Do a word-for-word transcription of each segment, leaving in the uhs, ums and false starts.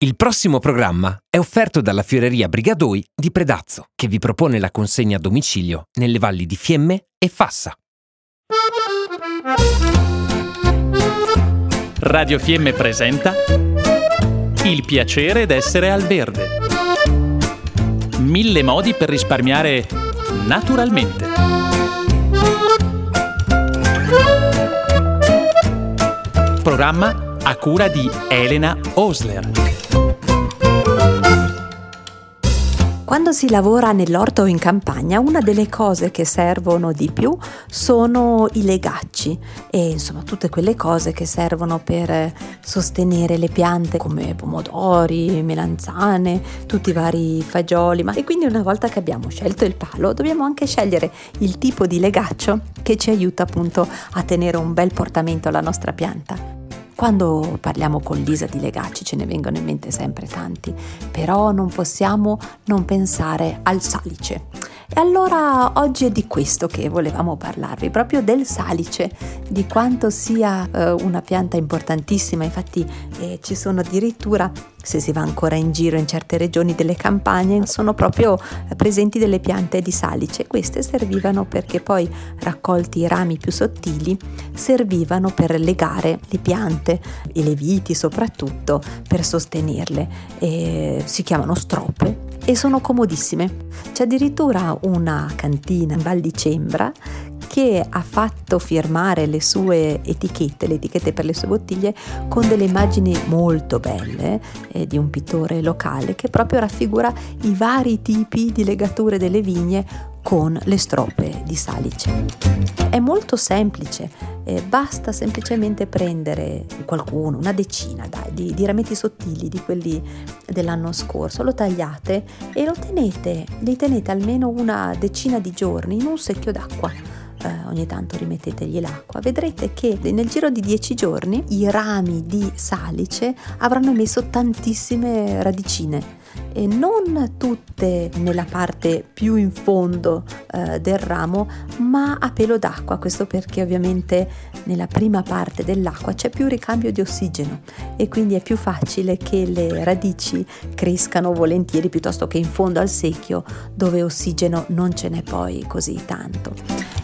Il prossimo programma è offerto dalla Fioreria Brigadoi di Predazzo, che vi propone la consegna a domicilio nelle valli di Fiemme e Fassa. Radio Fiemme presenta Il piacere d'essere al verde. Mille modi per risparmiare naturalmente. Programma a cura di Elena Osler. Quando si lavora nell'orto o in campagna, una delle cose che servono di più sono i legacci e insomma tutte quelle cose che servono per sostenere le piante come pomodori, melanzane, tutti i vari fagioli. Ma e quindi una volta che abbiamo scelto il palo, dobbiamo anche scegliere il tipo di legaccio che ci aiuta appunto a tenere un bel portamento alla nostra pianta. Quando parliamo con Lisa di legacci ce ne vengono in mente sempre tanti, però non possiamo non pensare al salice. E allora oggi è di questo che volevamo parlarvi, proprio del salice, di quanto sia eh, una pianta importantissima. Infatti eh, ci sono addirittura, se si va ancora in giro in certe regioni delle campagne, sono proprio presenti delle piante di salice. Queste servivano perché poi, raccolti i rami più sottili, servivano per legare le piante e le viti soprattutto, per sostenerle. E si chiamano stroppe e sono comodissime. C'è addirittura una cantina in Val di Cembra che ha fatto firmare le sue etichette, le etichette per le sue bottiglie, con delle immagini molto belle eh, di un pittore locale che proprio raffigura i vari tipi di legature delle vigne con le stroppe di salice. È molto semplice, eh, basta semplicemente prendere qualcuno, una decina dai, di, di rametti sottili, di quelli dell'anno scorso, lo tagliate e lo tenete, li tenete almeno una decina di giorni in un secchio d'acqua. Eh, ogni tanto rimettetegli l'acqua, vedrete che nel giro di dieci giorni i rami di salice avranno emesso tantissime radicine, e non tutte nella parte più in fondo eh, del ramo, ma a pelo d'acqua. Questo perché ovviamente nella prima parte dell'acqua c'è più ricambio di ossigeno e quindi è più facile che le radici crescano volentieri piuttosto che in fondo al secchio, dove ossigeno non ce n'è poi così tanto.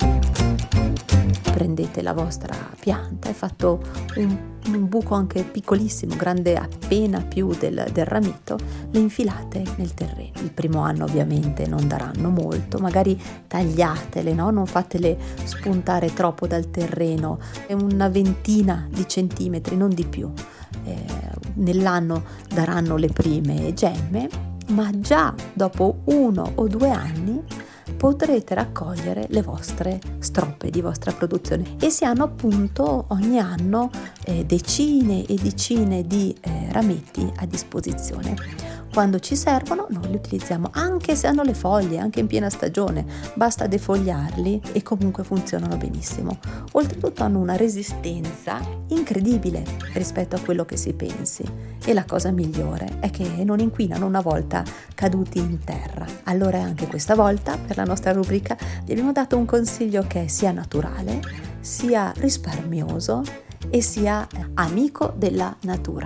Prendete la vostra pianta, è fatto un, un buco anche piccolissimo, grande appena più del, del rametto, le infilate nel terreno. Il primo anno ovviamente non daranno molto, magari tagliatele, no? Non fatele spuntare troppo dal terreno, è una ventina di centimetri, non di più. Eh, nell'anno daranno le prime gemme, ma già dopo uno o due anni potrete raccogliere le vostre stroppe di vostra produzione e si hanno appunto ogni anno eh, decine e decine di eh, rametti a disposizione. Quando ci servono noi li utilizziamo, anche se hanno le foglie, anche in piena stagione, basta defogliarli e comunque funzionano benissimo. Oltretutto hanno una resistenza incredibile rispetto a quello che si pensi, e la cosa migliore è che non inquinano una volta caduti in terra. Allora anche questa volta per la nostra rubrica vi abbiamo dato un consiglio che sia naturale, sia risparmioso e sia amico della natura.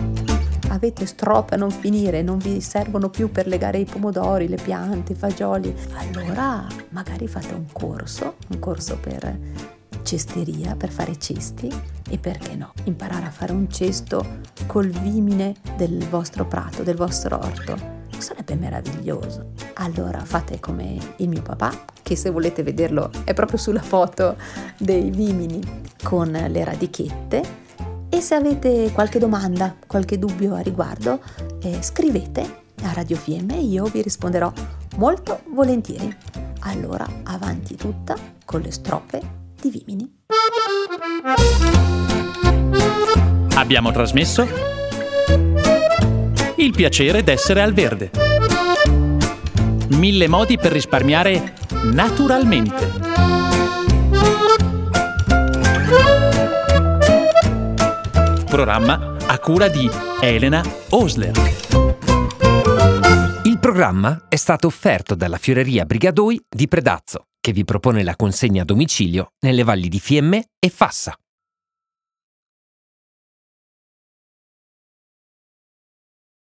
Avete stroppe a non finire, non vi servono più per legare i pomodori, le piante, i fagioli, allora magari fate un corso, un corso per cesteria, per fare cesti, e perché no, imparare a fare un cesto col vimine del vostro prato, del vostro orto. Sarebbe meraviglioso. Allora fate come il mio papà, che se volete vederlo è proprio sulla foto dei vimini con le radichette. E se avete qualche domanda, qualche dubbio a riguardo, eh, scrivete a Radio Fiemme e io vi risponderò molto volentieri. Allora, avanti tutta con le stroppe di vimini. Abbiamo trasmesso Il piacere d'essere al verde. Mille modi per risparmiare naturalmente. Programma a cura di Elena Osler. Il programma è stato offerto dalla Fioreria Brigadoi di Predazzo, che vi propone la consegna a domicilio nelle valli di Fiemme e Fassa.